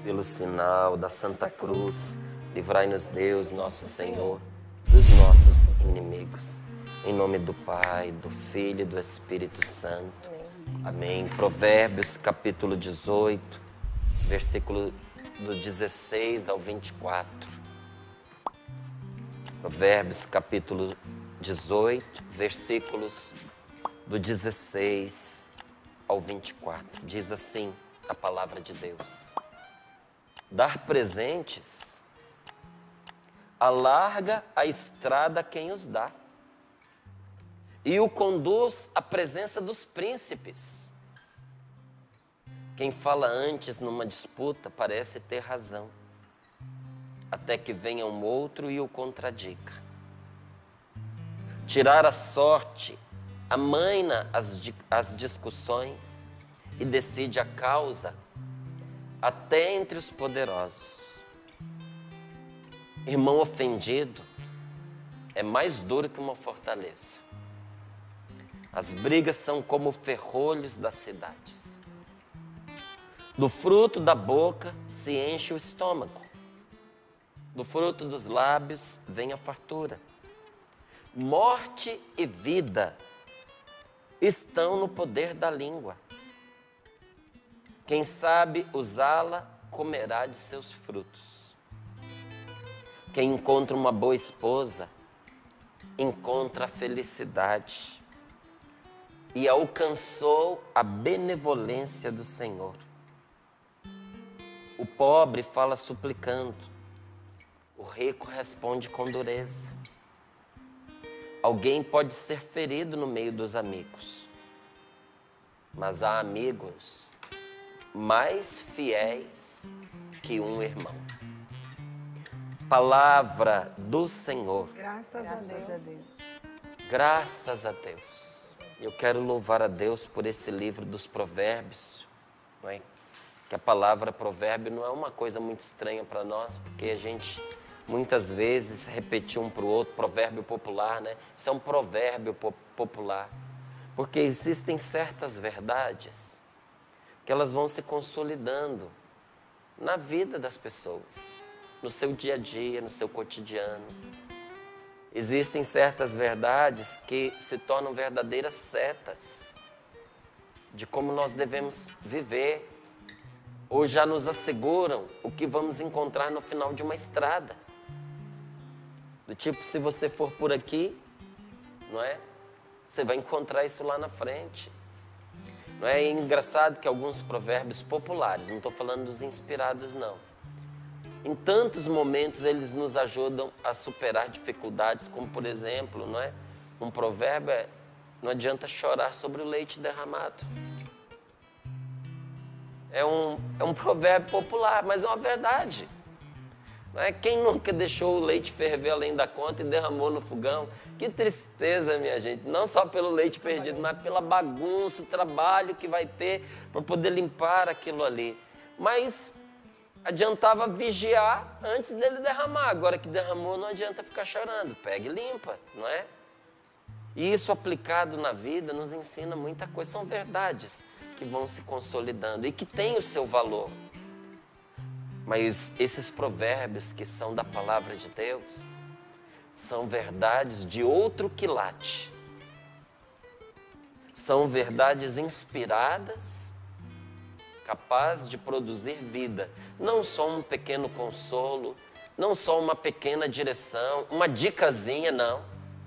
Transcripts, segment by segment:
Pelo sinal da Santa Cruz, livrai-nos Deus, nosso Senhor, dos nossos inimigos. Em nome do Pai, do Filho e do Espírito Santo. Amém. Provérbios capítulo 18, versículo do 16 ao 24. Provérbios capítulo 18, versículos do 16 ao 24. Diz assim a palavra de Deus: dar presentes alarga a estrada a quem os dá, e o conduz à presença dos príncipes. Quem fala antes numa disputa parece ter razão, até que venha um outro e o contradiga. Tirar a sorte amaina as discussões e decide a causa até entre os poderosos. Irmão ofendido é mais duro que uma fortaleza. As brigas são como ferrolhos das cidades. Do fruto da boca se enche o estômago. Do fruto dos lábios vem a fartura. Morte e vida estão no poder da língua. Quem sabe usá-la comerá de seus frutos. Quem encontra uma boa esposa encontra a felicidade e alcançou a benevolência do Senhor. O pobre fala suplicando, o rico responde com dureza. Alguém pode ser ferido no meio dos amigos, mas há amigos mais fiéis que um irmão. Palavra do Senhor. Graças a Deus. Graças a Deus. Eu quero louvar a Deus por esse livro dos provérbios, não é? Que a palavra provérbio não é uma coisa muito estranha para nós, porque a gente muitas vezes repetir um para o outro, provérbio popular, né? Isso é um provérbio popular, porque existem certas verdades que elas vão se consolidando na vida das pessoas, no seu dia a dia, no seu cotidiano. Existem certas verdades que se tornam verdadeiras setas de como nós devemos viver, ou já nos asseguram o que vamos encontrar no final de uma estrada. Do tipo, se você for por aqui, não é? Você vai encontrar isso lá na frente. Não é engraçado que alguns provérbios populares, não estou falando dos inspirados não, em tantos momentos eles nos ajudam a superar dificuldades, como por exemplo, não é? Um provérbio é: não adianta chorar sobre o leite derramado. É um provérbio popular, mas é uma verdade. Não é? Quem nunca deixou o leite ferver além da conta e derramou no fogão? Que tristeza, minha gente. Não só pelo leite perdido, mas pela bagunça, o trabalho que vai ter para poder limpar aquilo ali. Mas adiantava vigiar antes dele derramar. Agora que derramou, não adianta ficar chorando. Pega e limpa, não é? E isso aplicado na vida nos ensina muita coisa. São verdades que vão se consolidando e que têm o seu valor. Mas esses provérbios que são da palavra de Deus são verdades de outro quilate. São verdades inspiradas, capazes de produzir vida. Não só um pequeno consolo, não só uma pequena direção, uma dicasinha, não.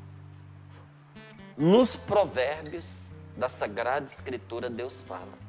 Nos provérbios da Sagrada Escritura, Deus fala.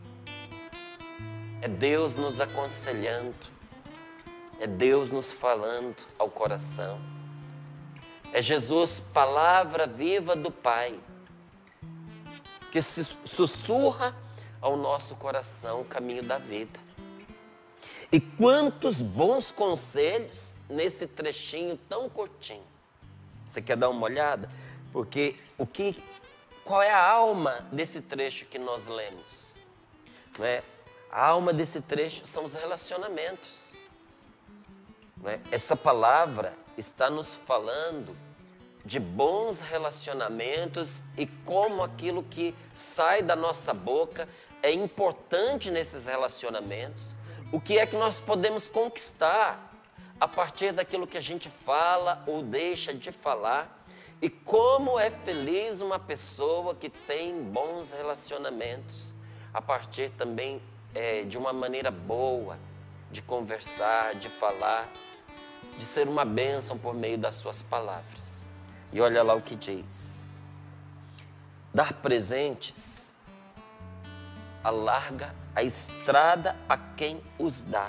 É Deus nos aconselhando, é Deus nos falando ao coração. É Jesus, palavra viva do Pai, que se sussurra ao nosso coração o caminho da vida. E quantos bons conselhos nesse trechinho tão curtinho. Você quer dar uma olhada? Porque qual é a alma desse trecho que nós lemos? Não é? A alma desse trecho são os relacionamentos. Não é? Essa palavra está nos falando de bons relacionamentos e como aquilo que sai da nossa boca é importante nesses relacionamentos, O que é que nós podemos conquistar a partir daquilo que a gente fala ou deixa de falar? E como é feliz uma pessoa que tem bons relacionamentos a partir também de uma maneira boa de conversar, de falar, de ser uma bênção por meio das suas palavras. E olha lá o que diz: dar presentes alarga a estrada a quem os dá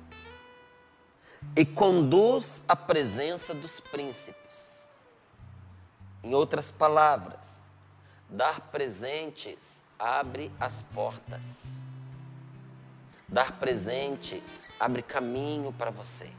e conduz à presença dos príncipes. Em outras palavras, dar presentes abre as portas. Dar presentes abre caminho para você.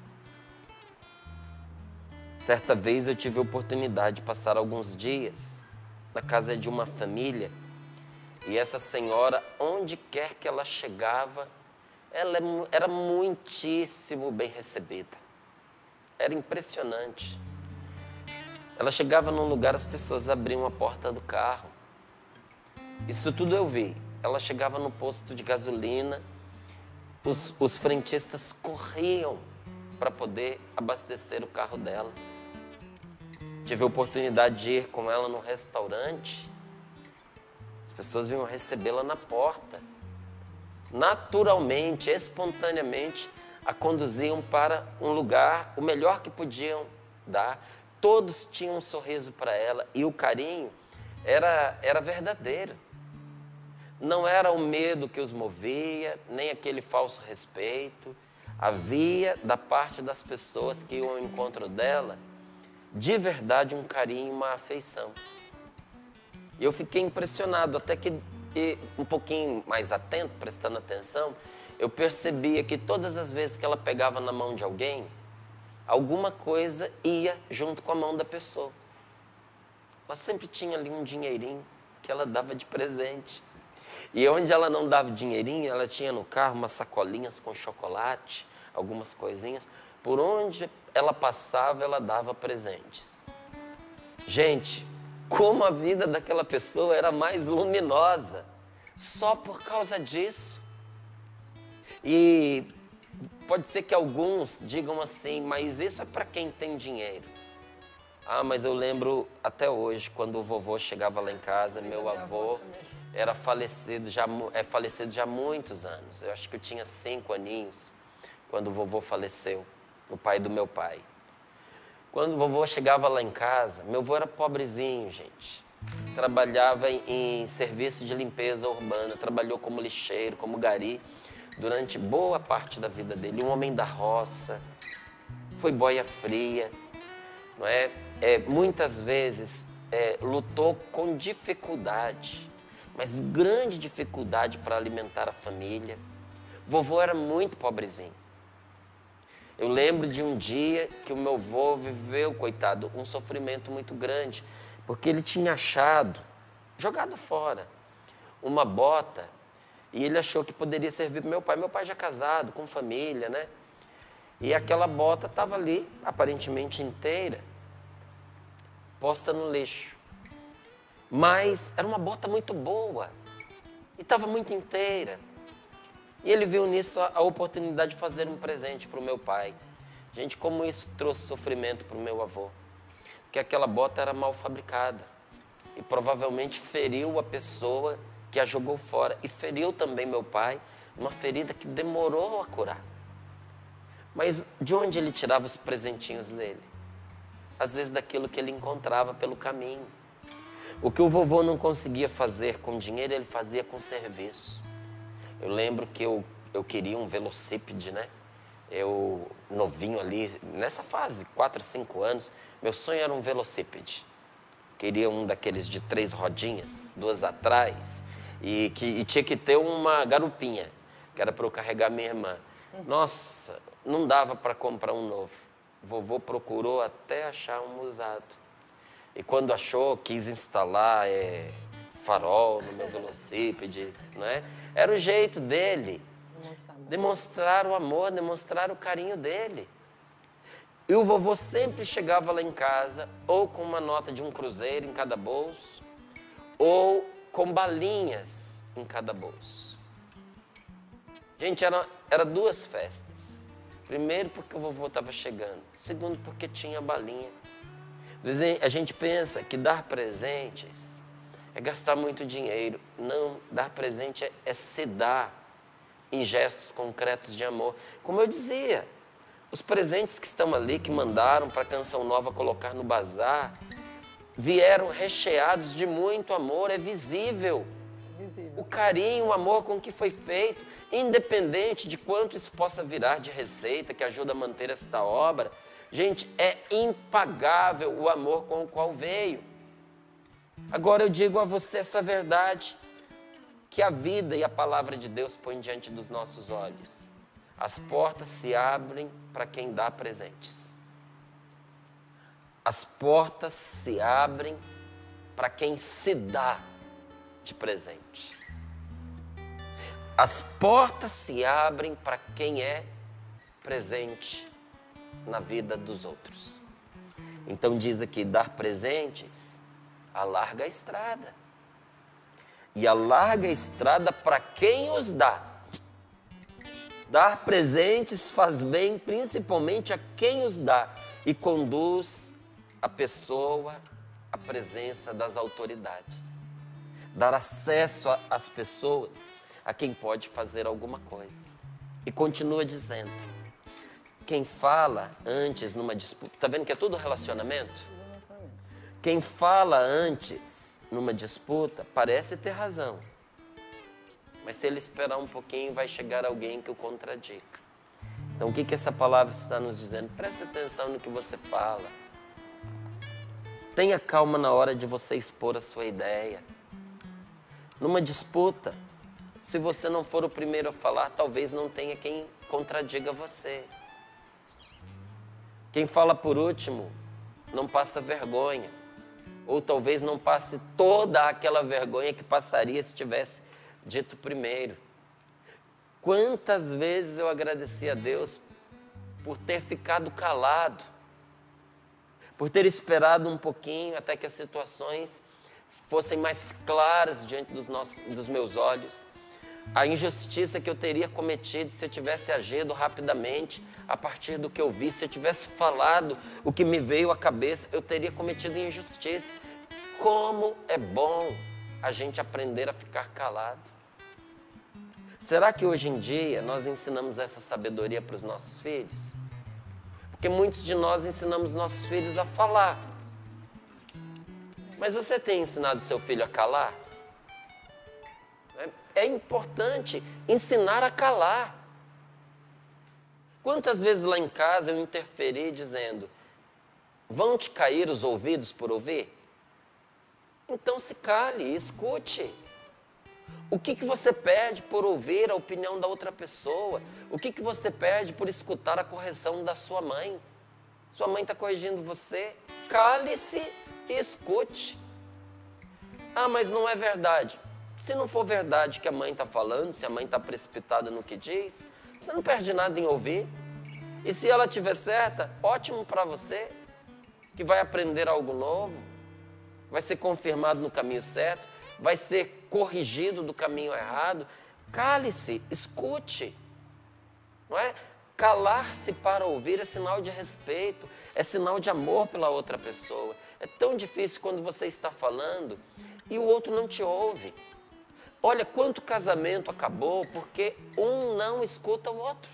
Certa vez eu tive a oportunidade de passar alguns dias na casa de uma família e essa senhora, onde quer que ela chegava, ela era muitíssimo bem recebida. Era impressionante. Ela chegava num lugar, as pessoas abriam a porta do carro. Isso tudo eu vi. Ela chegava no posto de gasolina, os frentistas corriam para poder abastecer o carro dela. Tive a oportunidade de ir com ela no restaurante. As pessoas vinham recebê-la na porta. Naturalmente, espontaneamente, a conduziam para um lugar, o melhor que podiam dar. Todos tinham um sorriso para ela e o carinho era verdadeiro. Não era o medo que os movia, nem aquele falso respeito. Havia, da parte das pessoas que iam ao encontro dela, de verdade um carinho, uma afeição. E eu fiquei impressionado, até que, um pouquinho mais atento, prestando atenção, eu percebia que todas as vezes que ela pegava na mão de alguém, alguma coisa ia junto com a mão da pessoa. Ela sempre tinha ali um dinheirinho que ela dava de presente. E onde ela não dava dinheirinho, ela tinha no carro umas sacolinhas com chocolate, algumas coisinhas. Por onde ela passava, ela dava presentes. Gente, como a vida daquela pessoa era mais luminosa, só por causa disso. E pode ser que alguns digam assim, mas isso é para quem tem dinheiro. Ah, mas eu lembro até hoje, quando o vovô chegava lá em casa, meu avô era falecido já há muitos anos. Eu acho que eu tinha 5 aninhos quando o vovô faleceu, o pai do meu pai. Quando o vovô chegava lá em casa, meu avô era pobrezinho, gente. Trabalhava em serviço de limpeza urbana, trabalhou como lixeiro, como gari, durante boa parte da vida dele. Um homem da roça, foi boia fria, não é? Muitas vezes lutou com dificuldade, mas grande dificuldade para alimentar a família. Vovô era muito pobrezinho. Eu lembro de um dia que o meu avô viveu, coitado, um sofrimento muito grande, porque ele tinha jogado fora, uma bota, e ele achou que poderia servir para meu pai. Meu pai já casado, com família, né? E aquela bota estava ali, aparentemente inteira, posta no lixo. Mas era uma bota muito boa e estava muito inteira. E ele viu nisso a oportunidade de fazer um presente para o meu pai. Gente, como isso trouxe sofrimento para o meu avô. Porque aquela bota era mal fabricada e provavelmente feriu a pessoa que a jogou fora. E feriu também meu pai, uma ferida que demorou a curar. Mas de onde ele tirava os presentinhos dele? Às vezes daquilo que ele encontrava pelo caminho. O que o vovô não conseguia fazer com dinheiro, ele fazia com serviço. Eu lembro que eu queria um velocípede, né? Eu, novinho ali, nessa fase, 4, 5 anos, meu sonho era um velocípede. Queria um daqueles de 3 rodinhas, 2 atrás, e tinha que ter uma garupinha, que era para eu carregar minha irmã. Nossa, não dava para comprar um novo. Vovô procurou até achar um usado. E quando achou, quis instalar farol no meu velocípede, não é? Era o jeito dele. Demonstrar o amor, demonstrar o carinho dele. E o vovô sempre chegava lá em casa, ou com uma nota de um cruzeiro em cada bolso, ou com balinhas em cada bolso. Gente, era duas festas. Primeiro, porque o vovô estava chegando. Segundo, porque tinha balinha. A gente pensa que dar presentes é gastar muito dinheiro. Não, dar presente é se dar em gestos concretos de amor. Como eu dizia, os presentes que estão ali, que mandaram para a Canção Nova colocar no bazar, vieram recheados de muito amor, é visível. O carinho, o amor com que foi feito, independente de quanto isso possa virar de receita que ajuda a manter esta obra, gente, é impagável o amor com o qual veio. Agora eu digo a você essa verdade que a vida e a palavra de Deus põem diante dos nossos olhos. As portas se abrem para quem dá presentes. As portas se abrem para quem se dá de presente. As portas se abrem para quem é presente na vida dos outros. Então diz aqui, dar presentes alarga a estrada. E alarga a estrada para quem os dá. Dar presentes faz bem principalmente a quem os dá e conduz a pessoa à presença das autoridades. Dar acesso às pessoas a quem pode fazer alguma coisa. E continua dizendo, quem fala antes numa disputa, está vendo que é tudo relacionamento? Quem fala antes numa disputa parece ter razão. Mas se ele esperar um pouquinho, vai chegar alguém que o contradica. Então o que essa palavra está nos dizendo? Preste atenção no que você fala. Tenha calma na hora de você expor a sua ideia. Numa disputa, se você não for o primeiro a falar, talvez não tenha quem contradiga você. Quem fala por último não passa vergonha. Ou talvez não passe toda aquela vergonha que passaria se tivesse dito primeiro. Quantas vezes eu agradeci a Deus por ter ficado calado, por ter esperado um pouquinho até que as situações fossem mais claras diante dos meus olhos. A injustiça que eu teria cometido se eu tivesse agido rapidamente a partir do que eu vi, se eu tivesse falado o que me veio à cabeça, eu teria cometido injustiça. Como é bom a gente aprender a ficar calado. Será que hoje em dia nós ensinamos essa sabedoria para os nossos filhos? Porque muitos de nós ensinamos nossos filhos a falar. Mas você tem ensinado seu filho a calar? É importante ensinar a calar. Quantas vezes lá em casa eu interferi dizendo, vão te cair os ouvidos por ouvir? Então se cale, escute. O que você perde por ouvir a opinião da outra pessoa? O que você perde por escutar a correção da sua mãe? Sua mãe está corrigindo você? Cale-se e escute. Ah, mas não é verdade. Se não for verdade que a mãe está falando, se a mãe está precipitada no que diz, você não perde nada em ouvir. E se ela estiver certa, ótimo para você, que vai aprender algo novo, vai ser confirmado no caminho certo, vai ser corrigido do caminho errado. Cale-se, escute. Não é? Calar-se para ouvir é sinal de respeito, é sinal de amor pela outra pessoa. É tão difícil quando você está falando e o outro não te ouve. Olha quanto casamento acabou porque um não escuta o outro.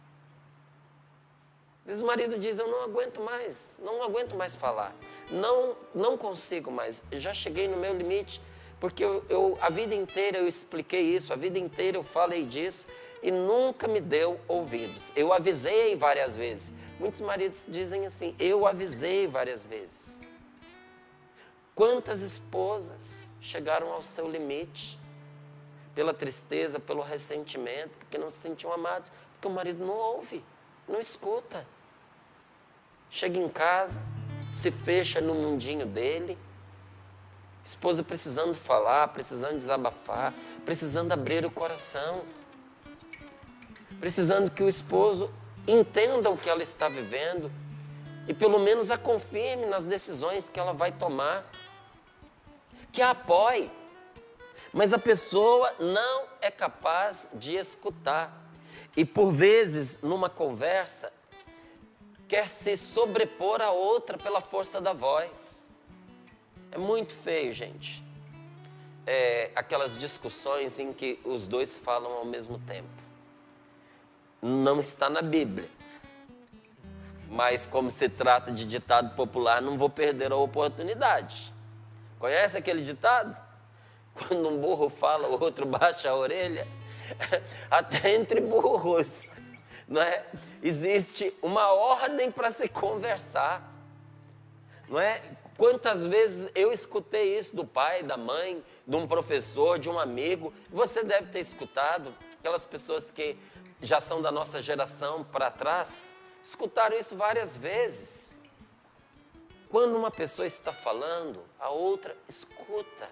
Às vezes o marido diz, eu não aguento mais falar, não consigo mais, já cheguei no meu limite, porque a vida inteira eu expliquei isso, a vida inteira eu falei disso e nunca me deu ouvidos. Eu avisei várias vezes. Muitos maridos dizem assim, eu avisei várias vezes. Quantas esposas chegaram ao seu limite pela tristeza, pelo ressentimento, porque não se sentiam amados, porque o marido não ouve, não escuta. Chega em casa, se fecha no mundinho dele, esposa precisando falar, precisando desabafar, precisando abrir o coração, precisando que o esposo entenda o que ela está vivendo e pelo menos a confirme nas decisões que ela vai tomar, que a apoie. Mas a pessoa não é capaz de escutar. E por vezes, numa conversa, quer se sobrepor a outra pela força da voz. É muito feio, gente. Aquelas discussões em que os dois falam ao mesmo tempo. Não está na Bíblia. Mas como se trata de ditado popular, não vou perder a oportunidade. Conhece aquele ditado? Quando um burro fala, o outro baixa a orelha. Até entre burros, não é? Existe uma ordem para se conversar, não é? Quantas vezes eu escutei isso do pai, da mãe, de um professor, de um amigo. Você deve ter escutado, aquelas pessoas que já são da nossa geração para trás, escutaram isso várias vezes. Quando uma pessoa está falando, a outra escuta.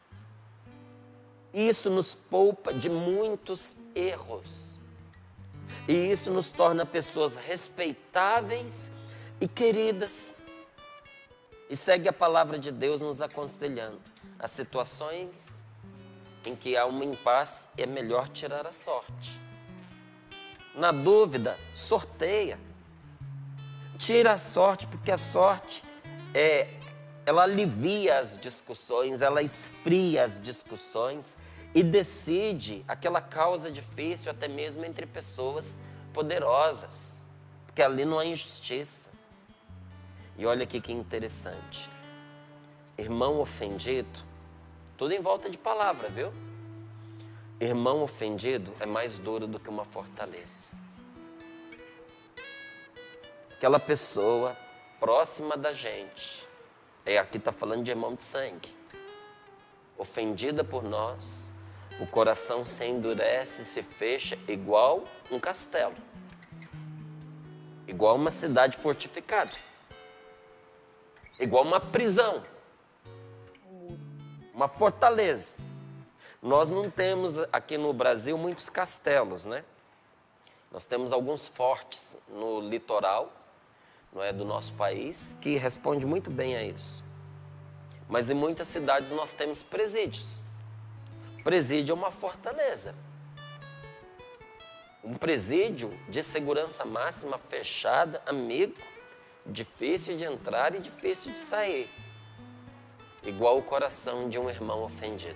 Isso nos poupa de muitos erros. E isso nos torna pessoas respeitáveis e queridas. E segue a palavra de Deus nos aconselhando. As situações em que há um impasse, é melhor tirar a sorte. Na dúvida, sorteia. Tira a sorte, porque a sorte ela alivia as discussões, ela esfria as discussões e decide aquela causa difícil até mesmo entre pessoas poderosas, porque ali não há injustiça. E olha aqui que interessante. Irmão ofendido, tudo em volta de palavra, viu? Irmão ofendido é mais duro do que uma fortaleza. Aquela pessoa próxima da gente, aqui está falando de irmão de sangue, ofendida por nós, o coração se endurece, se fecha igual um castelo, igual uma cidade fortificada, igual uma prisão, uma fortaleza. Nós não temos aqui no Brasil muitos castelos, né? Nós temos alguns fortes no litoral, não é, do nosso país, que responde muito bem a isso. Mas em muitas cidades nós temos presídios. Presídio é uma fortaleza. Um presídio de segurança máxima, fechada, amigo, difícil de entrar e difícil de sair. Igual o coração de um irmão ofendido.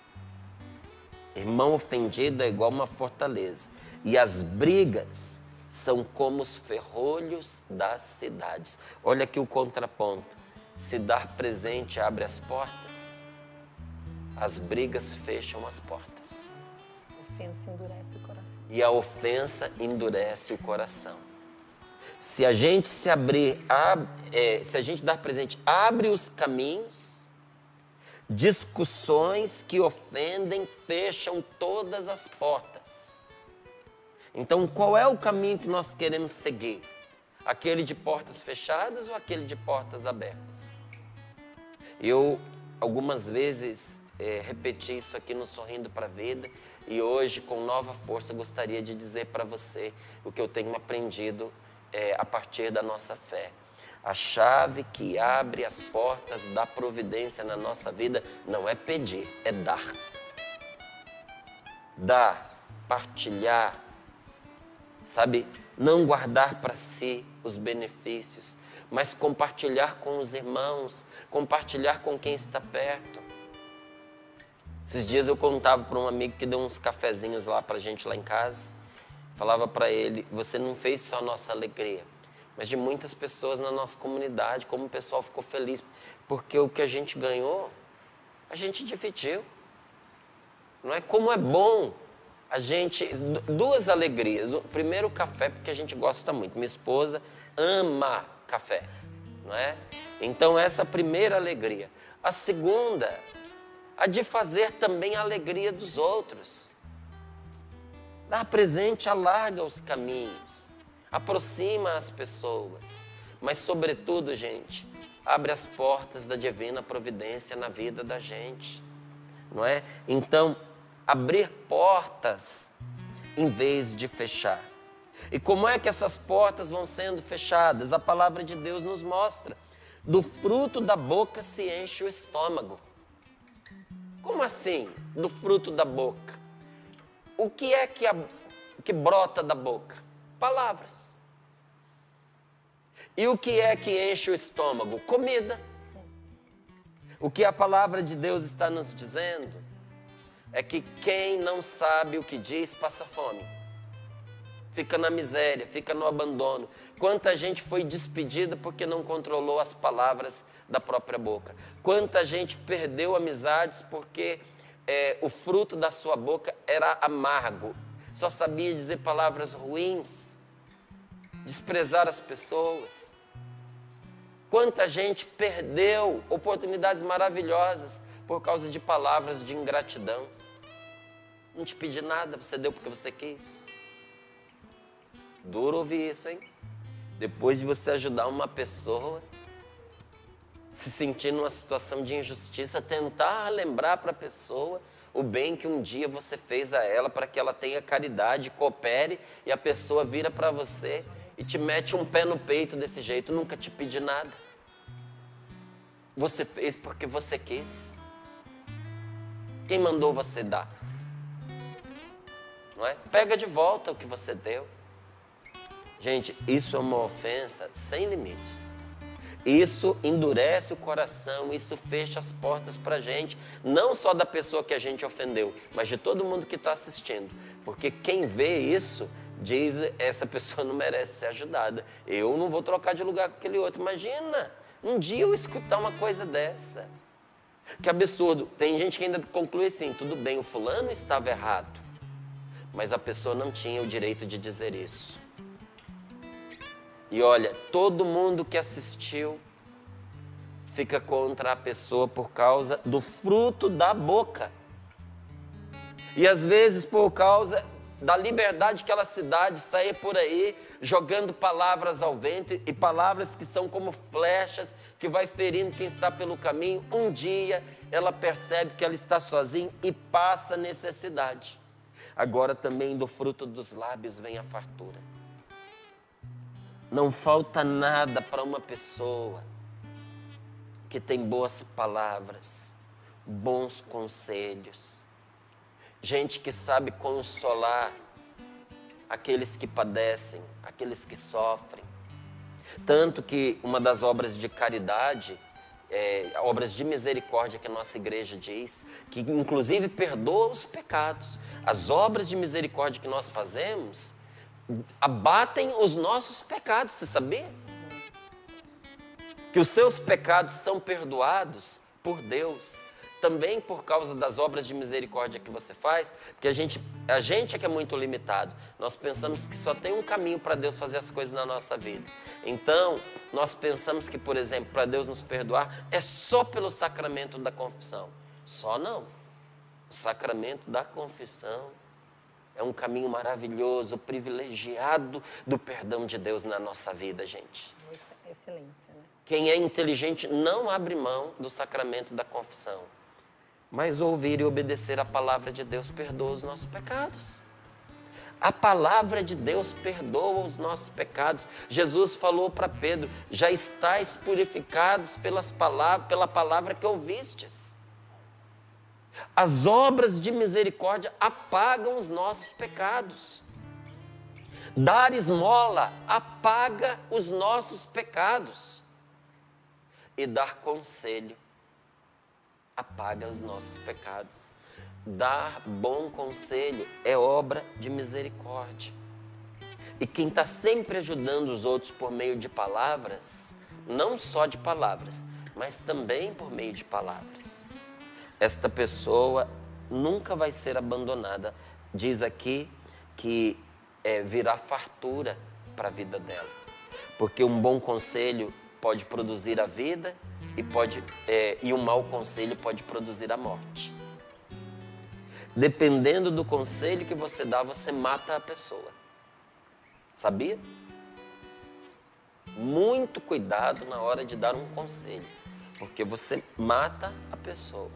Irmão ofendido é igual uma fortaleza. E as brigas são como os ferrolhos das cidades. Olha aqui o contraponto. Se dar presente abre as portas, as brigas fecham as portas. A ofensa endurece o coração. E a ofensa endurece o coração. Se a gente se abrir, se a gente dar presente, abre os caminhos, discussões que ofendem fecham todas as portas. Então, qual é o caminho que nós queremos seguir? Aquele de portas fechadas ou aquele de portas abertas? Eu, algumas vezes, repeti isso aqui no Sorrindo para a Vida e hoje, com nova força, gostaria de dizer para você o que eu tenho aprendido a partir da nossa fé. A chave que abre as portas da providência na nossa vida não é pedir, é dar. Dar, partilhar, sabe? Não guardar para si os benefícios, mas compartilhar com os irmãos, compartilhar com quem está perto. Esses dias eu contava para um amigo que deu uns cafezinhos lá para a gente lá em casa. Falava para ele, você não fez só a nossa alegria, mas de muitas pessoas na nossa comunidade, como o pessoal ficou feliz, porque o que a gente ganhou, a gente dividiu. Não é como é bom a gente, duas alegrias. O primeiro, o café, porque a gente gosta muito. Minha esposa ama café, não é? Então, essa é a primeira alegria. A segunda, a de fazer também a alegria dos outros. Dar presente alarga os caminhos, aproxima as pessoas. Mas, sobretudo, gente, abre as portas da divina providência na vida da gente, não é? Então, abrir portas em vez de fechar. E como é que essas portas vão sendo fechadas? A palavra de Deus nos mostra. Do fruto da boca se enche o estômago. Como assim? Do fruto da boca. O que é que o que brota da boca? Palavras. E o que é que enche o estômago? Comida. O que a palavra de Deus está nos dizendo é que quem não sabe o que diz passa fome. Fica na miséria, fica no abandono. Quanta gente foi despedida porque não controlou as palavras da própria boca. Quanta gente perdeu amizades porque o fruto da sua boca era amargo. Só sabia dizer palavras ruins, desprezar as pessoas. Quanta gente perdeu oportunidades maravilhosas por causa de palavras de ingratidão. Não te pedi nada, você deu porque você quis. Duro ouvir isso, hein? Depois de você ajudar uma pessoa, se sentir numa situação de injustiça, tentar lembrar para a pessoa o bem que um dia você fez a ela para que ela tenha caridade, coopere, e a pessoa vira para você e te mete um pé no peito desse jeito. Nunca te pedi nada. Você fez porque você quis. Quem mandou você dar? Não é? Pega de volta o que você deu. Gente, isso é uma ofensa sem limites. Isso endurece o coração, isso fecha as portas para a gente, não só da pessoa que a gente ofendeu, mas de todo mundo que está assistindo. Porque quem vê isso, diz, essa pessoa não merece ser ajudada. Eu não vou trocar de lugar com aquele outro. Imagina, um dia eu escutar uma coisa dessa. Que absurdo. Tem gente que ainda conclui assim, tudo bem, o fulano estava errado, mas a pessoa não tinha o direito de dizer isso. E olha, todo mundo que assistiu fica contra a pessoa por causa do fruto da boca. E às vezes por causa da liberdade que ela se dá de sair por aí jogando palavras ao vento, e palavras que são como flechas que vai ferindo quem está pelo caminho. Um dia ela percebe que ela está sozinha e passa necessidade. Agora também do fruto dos lábios vem a fartura. Não falta nada para uma pessoa que tem boas palavras, bons conselhos, gente que sabe consolar aqueles que padecem, aqueles que sofrem. Tanto que uma das obras de caridade, obras de misericórdia que a nossa igreja diz, que inclusive perdoa os pecados. As obras de misericórdia que nós fazemos abatem os nossos pecados, você sabia? Que os seus pecados são perdoados por Deus, também por causa das obras de misericórdia que você faz, porque a gente é que é muito limitado. Nós pensamos que só tem um caminho para Deus fazer as coisas na nossa vida. Então, nós pensamos que, por exemplo, para Deus nos perdoar, é só pelo sacramento da confissão. Só não. O sacramento da confissão é um caminho maravilhoso, privilegiado do perdão de Deus na nossa vida, gente. Excelência, né? Quem é inteligente não abre mão do sacramento da confissão, mas ouvir e obedecer a palavra de Deus perdoa os nossos pecados. A palavra de Deus perdoa os nossos pecados. Jesus falou para Pedro, já estáis purificados pela palavra que ouvistes. As obras de misericórdia apagam os nossos pecados. Dar esmola apaga os nossos pecados. E dar conselho apaga os nossos pecados. Dar bom conselho é obra de misericórdia. E quem está sempre ajudando os outros por meio de palavras, não só de palavras, mas também por meio de palavras, esta pessoa nunca vai ser abandonada. Diz aqui que virá fartura para a vida dela. Porque um bom conselho pode produzir a vida e um mau conselho pode produzir a morte. Dependendo do conselho que você dá, você mata a pessoa. Sabia? Muito cuidado na hora de dar um conselho, porque você mata a pessoa.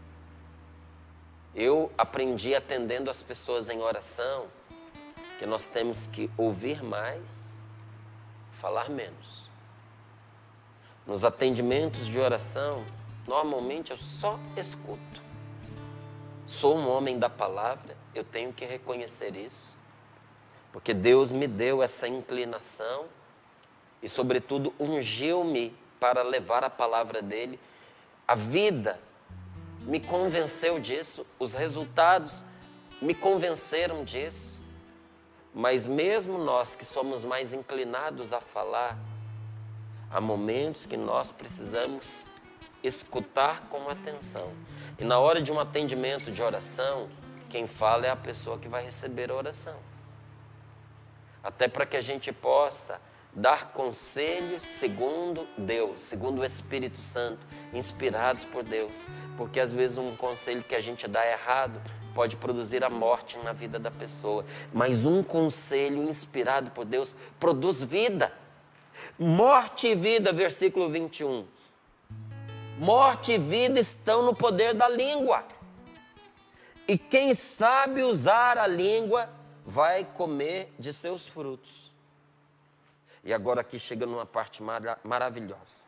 Eu aprendi atendendo as pessoas em oração que nós temos que ouvir mais, falar menos. Nos atendimentos de oração, normalmente eu só escuto. Sou um homem da palavra, eu tenho que reconhecer isso. Porque Deus me deu essa inclinação e, sobretudo, ungiu-me para levar a palavra dele. A vida me convenceu disso, os resultados me convenceram disso. Mas mesmo nós que somos mais inclinados a falar, há momentos que nós precisamos escutar com atenção. E na hora de um atendimento de oração, quem fala é a pessoa que vai receber a oração. Até para que a gente possa dar conselhos segundo Deus, segundo o Espírito Santo, inspirados por Deus. Porque às vezes um conselho que a gente dá errado pode produzir a morte na vida da pessoa. Mas um conselho inspirado por Deus produz vida. Morte e vida, versículo 21. Morte e vida estão no poder da língua. E quem sabe usar a língua vai comer de seus frutos. E agora aqui chega numa parte maravilhosa.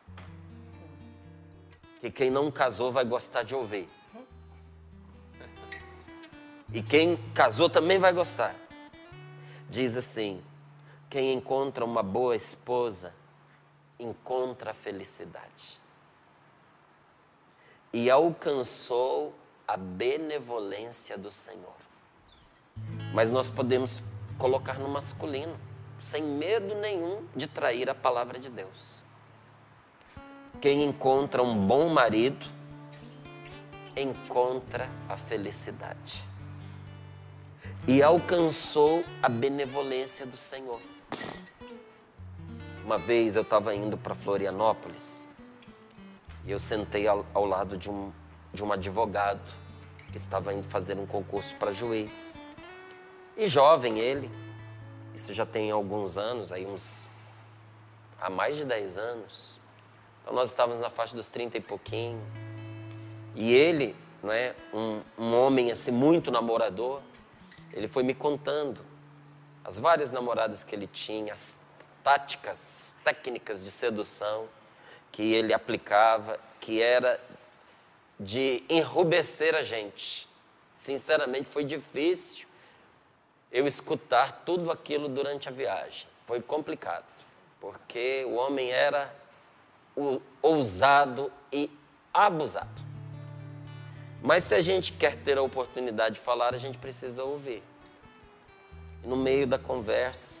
Que quem não casou vai gostar de ouvir. E quem casou também vai gostar. Diz assim: quem encontra uma boa esposa, encontra a felicidade. E alcançou a benevolência do Senhor. Mas nós podemos colocar no masculino, sem medo nenhum de trair a palavra de Deus. Quem encontra um bom marido, encontra a felicidade. E alcançou a benevolência do Senhor. Uma vez eu estava indo para Florianópolis e eu sentei ao lado de um advogado que estava indo fazer um concurso para juiz. E jovem ele, isso já tem alguns anos, há mais de 10 anos. Então nós estávamos na faixa dos 30 e pouquinho. E ele, não é, um homem assim muito namorador, ele foi me contando as várias namoradas que ele tinha, as táticas, as técnicas de sedução que ele aplicava, que era de enrubescer a gente. Sinceramente, foi difícil eu escutar tudo aquilo durante a viagem. Foi complicado, porque o homem era ousado e abusado. Mas se a gente quer ter a oportunidade de falar, a gente precisa ouvir. E no meio da conversa,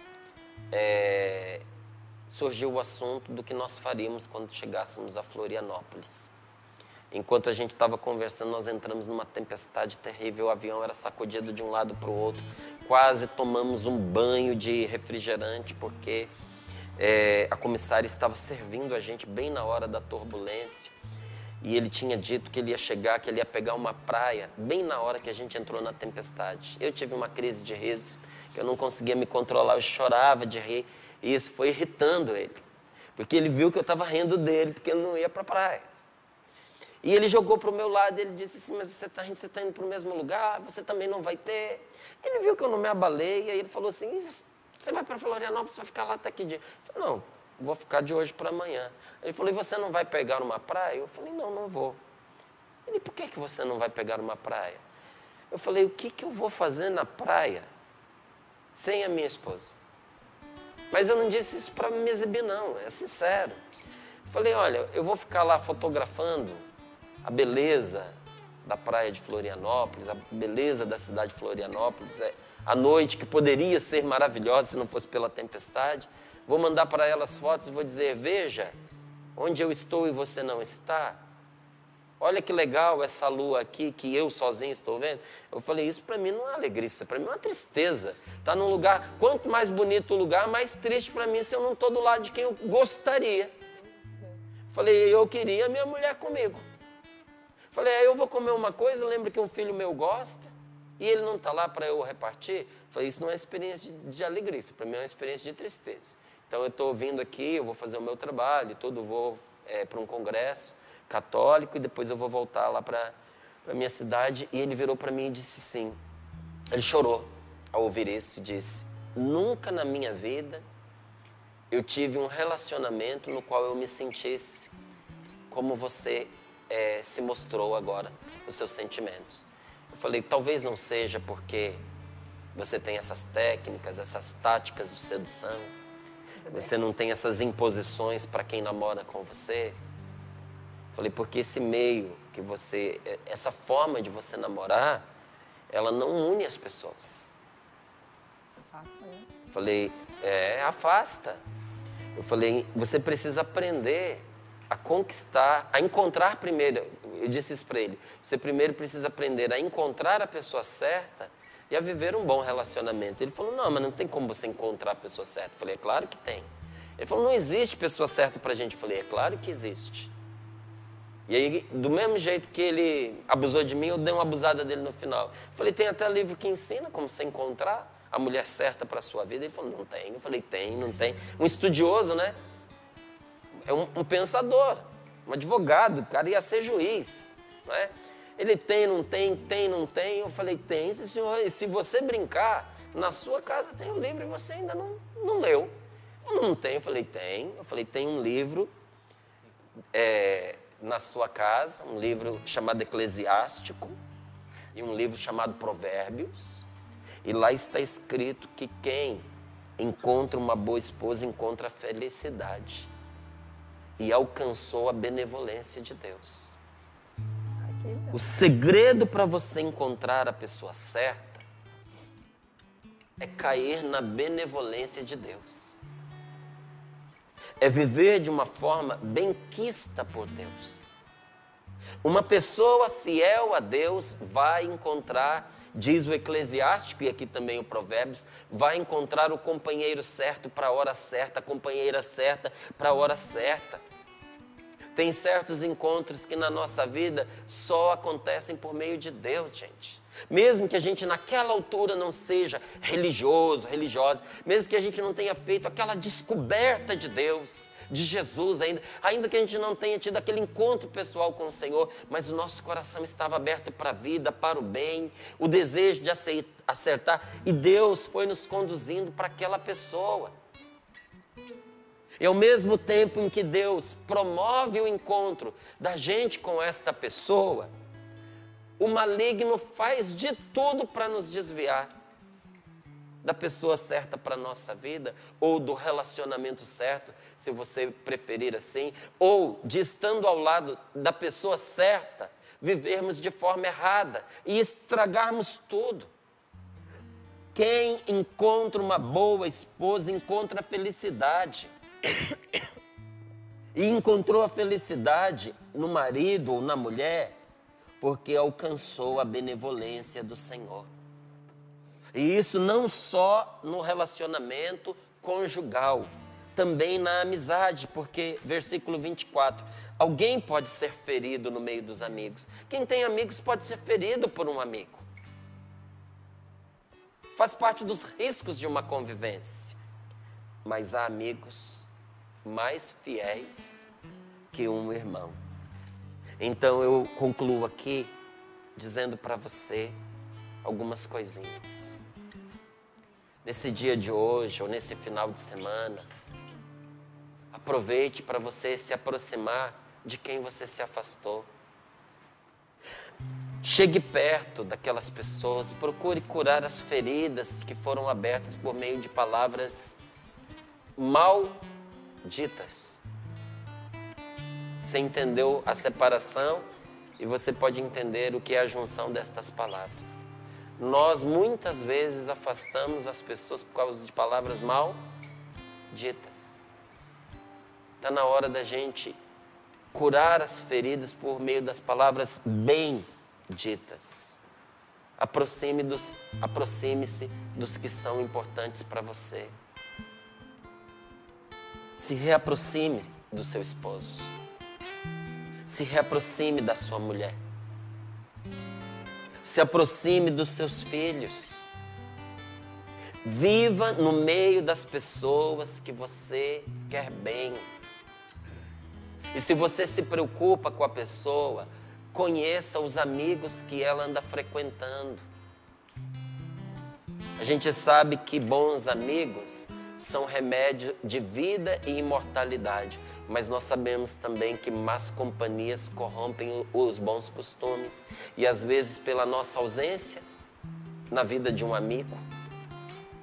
surgiu o assunto do que nós faríamos quando chegássemos a Florianópolis. Enquanto a gente estava conversando, nós entramos numa tempestade terrível, o avião era sacudido de um lado para o outro, quase tomamos um banho de refrigerante, porque a comissária estava servindo a gente bem na hora da turbulência, e ele tinha dito que ele ia chegar, que ele ia pegar uma praia, bem na hora que a gente entrou na tempestade. Eu tive uma crise de riso, que eu não conseguia me controlar, eu chorava de rir, e isso foi irritando ele, porque ele viu que eu estava rindo dele, porque ele não ia para a praia. E ele jogou para o meu lado, ele disse assim: mas você está rindo, você está indo para o mesmo lugar, você também não vai ter. Ele viu que eu não me abalei, e aí ele falou assim: você vai para Florianópolis, você vai ficar lá até que dia? Eu falei: não, vou ficar de hoje para amanhã. Ele falou: e você não vai pegar uma praia? Eu falei: não, não vou. Ele: por que você não vai pegar uma praia? Eu falei: o que eu vou fazer na praia sem a minha esposa? Mas eu não disse isso para me exibir, não, é sincero. Eu falei: olha, eu vou ficar lá fotografando a beleza da praia de Florianópolis, a beleza da cidade de Florianópolis, a noite que poderia ser maravilhosa se não fosse pela tempestade. Vou mandar para ela as fotos e vou dizer: veja onde eu estou e você não está. Olha que legal essa lua aqui que eu sozinho estou vendo. Eu falei: isso para mim não é alegria, isso para mim é uma tristeza. Está num lugar, quanto mais bonito o lugar, mais triste para mim se eu não estou do lado de quem eu gostaria. Eu falei: eu queria minha mulher comigo. Eu falei: aí eu vou comer uma coisa, lembra que um filho meu gosta, e ele não está lá para eu repartir. Eu falei: isso não é experiência de alegria, isso para mim é uma experiência de tristeza. Então eu estou vindo aqui, eu vou fazer o meu trabalho, tudo, vou para um congresso católico, e depois eu vou voltar lá para a minha cidade. E ele virou para mim e disse sim. Ele chorou ao ouvir isso e disse: nunca na minha vida eu tive um relacionamento no qual eu me sentisse como você se mostrou agora, os seus sentimentos. Eu falei: talvez não seja porque você tem essas técnicas, essas táticas de sedução. Você não tem essas imposições para quem namora com você. Falei, porque esse meio que você, essa forma de você namorar, ela não une as pessoas. Afasta, né? Falei, afasta. Eu falei, você precisa aprender a conquistar, a encontrar primeiro. Eu disse isso para ele. Você primeiro precisa aprender a encontrar a pessoa certa e a viver um bom relacionamento. Ele falou, não, mas não tem como você encontrar a pessoa certa. Eu falei, é claro que tem. Ele falou, não existe pessoa certa pra gente. Eu falei, é claro que existe. E aí, do mesmo jeito que ele abusou de mim, eu dei uma abusada dele no final. Eu falei, tem até livro que ensina como você encontrar a mulher certa para a sua vida. Ele falou, não tem. Eu falei, tem, não tem. Um estudioso, né? É um pensador, um advogado, o cara ia ser juiz, não é? Ele tem, não tem, tem, não tem. Eu falei, tem, sim, senhor. E se você brincar, na sua casa tem um livro e você ainda não leu. Ele falou, não tem. Eu falei, tem. Eu falei, tem um livro na sua casa, um livro chamado Eclesiástico e um livro chamado Provérbios. E lá está escrito que quem encontra uma boa esposa encontra a felicidade e alcançou a benevolência de Deus. O segredo para você encontrar a pessoa certa é cair na benevolência de Deus. É viver de uma forma benquista por Deus. Uma pessoa fiel a Deus vai encontrar, diz o Eclesiástico e aqui também o Provérbios, vai encontrar o companheiro certo para a hora certa, a companheira certa para a hora certa. Tem certos encontros que na nossa vida só acontecem por meio de Deus, gente. Mesmo que a gente naquela altura não seja religioso, religiosa, mesmo que a gente não tenha feito aquela descoberta de Deus, de Jesus ainda que a gente não tenha tido aquele encontro pessoal com o Senhor, mas o nosso coração estava aberto para a vida, para o bem, o desejo de acertar, e Deus foi nos conduzindo para aquela pessoa. E ao mesmo tempo em que Deus promove o encontro da gente com esta pessoa, o maligno faz de tudo para nos desviar da pessoa certa para a nossa vida, ou do relacionamento certo, se você preferir assim, ou de estando ao lado da pessoa certa, vivermos de forma errada e estragarmos tudo. Quem encontra uma boa esposa encontra a felicidade. E encontrou a felicidade no marido ou na mulher porque alcançou a benevolência do Senhor. E isso não só no relacionamento conjugal, também na amizade, porque versículo 24, alguém pode ser ferido no meio dos amigos. Quem tem amigos pode ser ferido por um amigo. Faz parte dos riscos de uma convivência. Mas há amigos mais fiéis que um irmão. Então eu concluo aqui dizendo para você algumas coisinhas. Nesse dia de hoje ou nesse final de semana, aproveite para você se aproximar de quem você se afastou. Chegue perto daquelas pessoas, procure curar as feridas que foram abertas por meio de palavras mal ditas. Você entendeu a separação e você pode entender o que é a junção destas palavras. Nós muitas vezes afastamos as pessoas por causa de palavras mal ditas. Está na hora da gente curar as feridas por meio das palavras bem ditas. Aproxime-se dos que são importantes para você. Se reaproxime do seu esposo. Se reaproxime da sua mulher. Se aproxime dos seus filhos. Viva no meio das pessoas que você quer bem. E se você se preocupa com a pessoa, conheça os amigos que ela anda frequentando. A gente sabe que bons amigos são remédio de vida e imortalidade, mas nós sabemos também que más companhias corrompem os bons costumes e às vezes pela nossa ausência na vida de um amigo,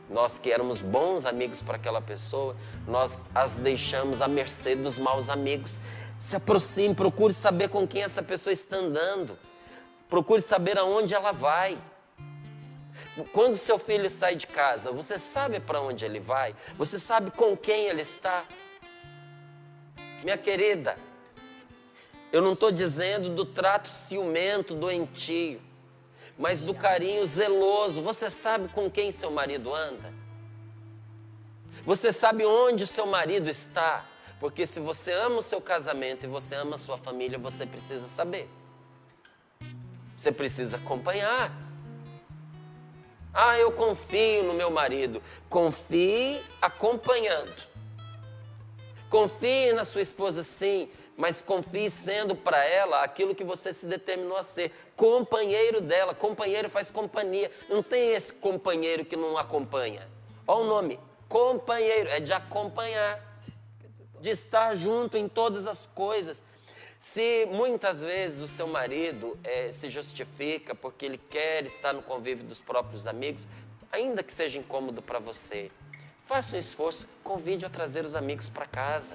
Nós que éramos bons amigos para aquela pessoa, nós as deixamos à mercê dos maus amigos. Se aproxime, procure saber com quem essa pessoa está andando. Procure saber aonde ela vai. Quando seu filho sai de casa, você sabe para onde ele vai? Você sabe com quem ele está? Minha querida, eu não estou dizendo do trato ciumento, doentio, mas do carinho zeloso. Você sabe com quem seu marido anda? Você sabe onde o seu marido está? Porque se você ama o seu casamento e você ama a sua família, você precisa saber. Você precisa acompanhar. Ah, eu confio no meu marido. Confie acompanhando. Confie na sua esposa, sim, mas confie sendo para ela aquilo que você se determinou a ser. Companheiro dela. Companheiro faz companhia. Não tem esse companheiro que não acompanha. Olha o nome. Companheiro. É de acompanhar. De estar junto em todas as coisas. Se muitas vezes o seu marido se justifica porque ele quer estar no convívio dos próprios amigos, ainda que seja incômodo para você, faça um esforço, convide a trazer os amigos para casa.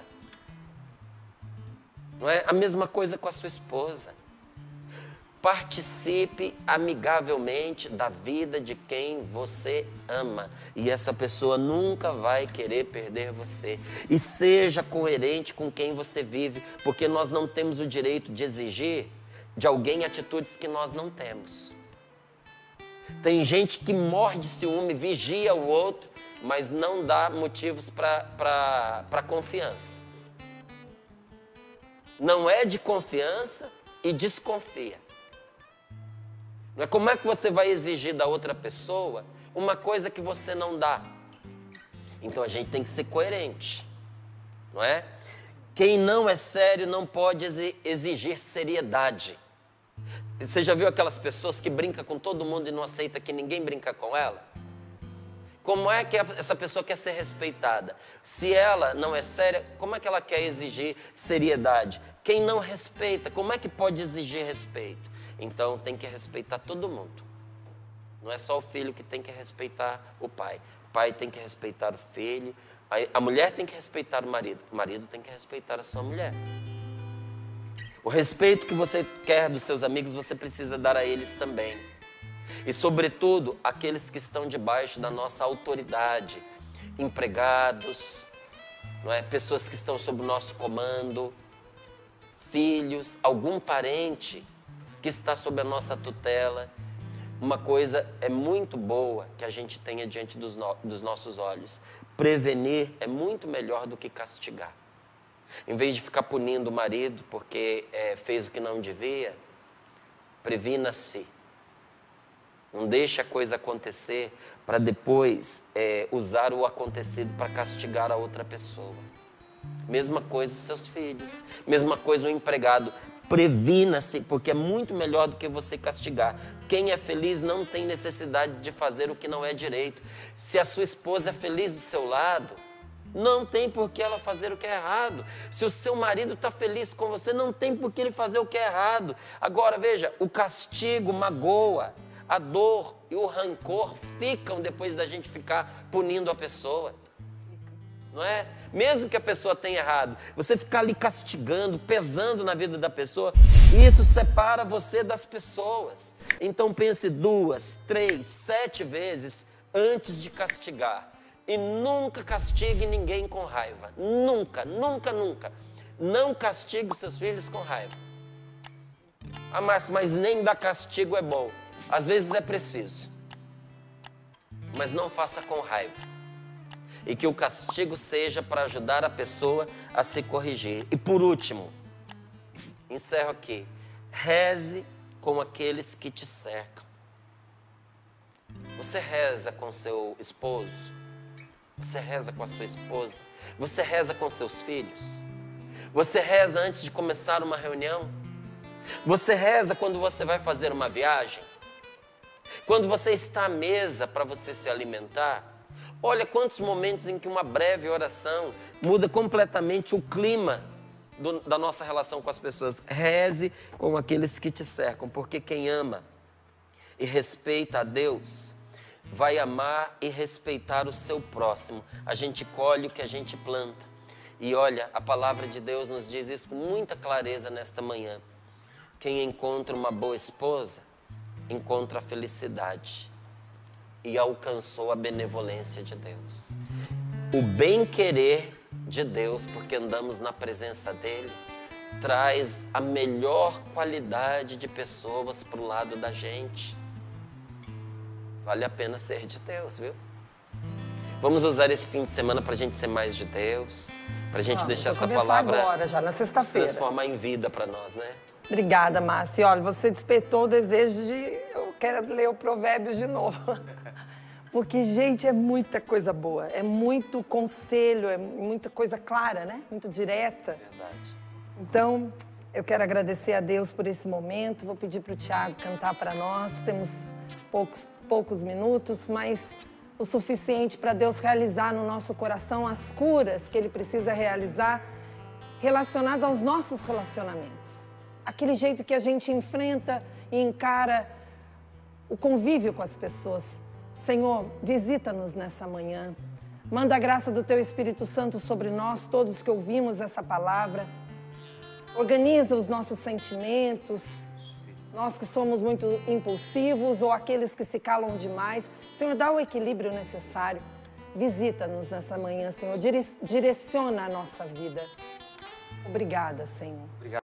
Não é? A mesma coisa com a sua esposa. Participe amigavelmente da vida de quem você ama. E essa pessoa nunca vai querer perder você. E seja coerente com quem você vive, porque nós não temos o direito de exigir de alguém atitudes que nós não temos. Tem gente que morre de ciúme, vigia o outro, mas não dá motivos para confiança. Não é de confiança e desconfia. Não é? Como é que você vai exigir da outra pessoa uma coisa que você não dá? Então a gente tem que ser coerente, não é? Quem não é sério não pode exigir seriedade. Você já viu aquelas pessoas que brincam com todo mundo e não aceita que ninguém brinca com ela? Como é que essa pessoa quer ser respeitada? Se ela não é séria, como é que ela quer exigir seriedade? Quem não respeita, como é que pode exigir respeito? Então tem que respeitar todo mundo. Não é só o filho que tem que respeitar o pai. O pai tem que respeitar o filho. A mulher tem que respeitar o marido. O marido tem que respeitar a sua mulher. O respeito que você quer dos seus amigos, você precisa dar a eles também. E sobretudo, aqueles que estão debaixo da nossa autoridade. Empregados, não é? Pessoas que estão sob o nosso comando. Filhos, algum parente que está sob a nossa tutela. Uma coisa é muito boa que a gente tenha diante dos nossos olhos. Prevenir é muito melhor do que castigar. Em vez de ficar punindo o marido porque fez o que não devia, previna-se. Não deixe a coisa acontecer para depois usar o acontecido para castigar a outra pessoa. Mesma coisa os seus filhos, mesma coisa o empregado. Previna-se, porque é muito melhor do que você castigar. Quem é feliz não tem necessidade de fazer o que não é direito. Se a sua esposa é feliz do seu lado, não tem por que ela fazer o que é errado. Se o seu marido está feliz com você, não tem por que ele fazer o que é errado. Agora, veja, o castigo magoa, a dor e o rancor ficam depois da gente ficar punindo a pessoa. Não é? Mesmo que a pessoa tenha errado, você ficar ali castigando, pesando na vida da pessoa, isso separa você das pessoas. Então pense 2, 3, 7 vezes antes de castigar. E nunca castigue ninguém com raiva. Nunca, nunca, nunca. Não castigue os seus filhos com raiva. Ah, Márcio, mas nem dar castigo é bom. Às vezes é preciso. Mas não faça com raiva. E que o castigo seja para ajudar a pessoa a se corrigir. E por último, encerro aqui. Reze com aqueles que te cercam. Você reza com seu esposo? Você reza com a sua esposa? Você reza com seus filhos? Você reza antes de começar uma reunião? Você reza quando você vai fazer uma viagem? Quando você está à mesa para você se alimentar? Olha quantos momentos em que uma breve oração muda completamente o clima da nossa relação com as pessoas. Reze com aqueles que te cercam, porque quem ama e respeita a Deus vai amar e respeitar o seu próximo. A gente colhe o que a gente planta. E olha, a palavra de Deus nos diz isso com muita clareza nesta manhã. Quem encontra uma boa esposa, encontra a felicidade e alcançou a benevolência de Deus. O bem-querer de Deus, porque andamos na presença dEle, traz a melhor qualidade de pessoas para o lado da gente. Vale a pena ser de Deus, viu? Vamos usar esse fim de semana para a gente ser mais de Deus, para a gente deixar essa palavra agora, já na sexta-feira. transformar em vida para nós, né? Obrigada, Márcia. Olha, você despertou o desejo de... Eu quero ler o Provérbios de novo. Porque, gente, é muita coisa boa. É muito conselho, é muita coisa clara, né? Muito direta. Verdade. Então, eu quero agradecer a Deus por esse momento. Vou pedir para o Tiago cantar para nós. Temos poucos minutos, mas o suficiente para Deus realizar no nosso coração as curas que Ele precisa realizar relacionadas aos nossos relacionamentos. Aquele jeito que a gente enfrenta e encara o convívio com as pessoas. Senhor, visita-nos nessa manhã. Manda a graça do Teu Espírito Santo sobre nós, todos que ouvimos essa palavra. Organiza os nossos sentimentos, nós que somos muito impulsivos ou aqueles que se calam demais. Senhor, dá o equilíbrio necessário. Visita-nos nessa manhã, Senhor. Direciona a nossa vida. Obrigada, Senhor. Obrigado.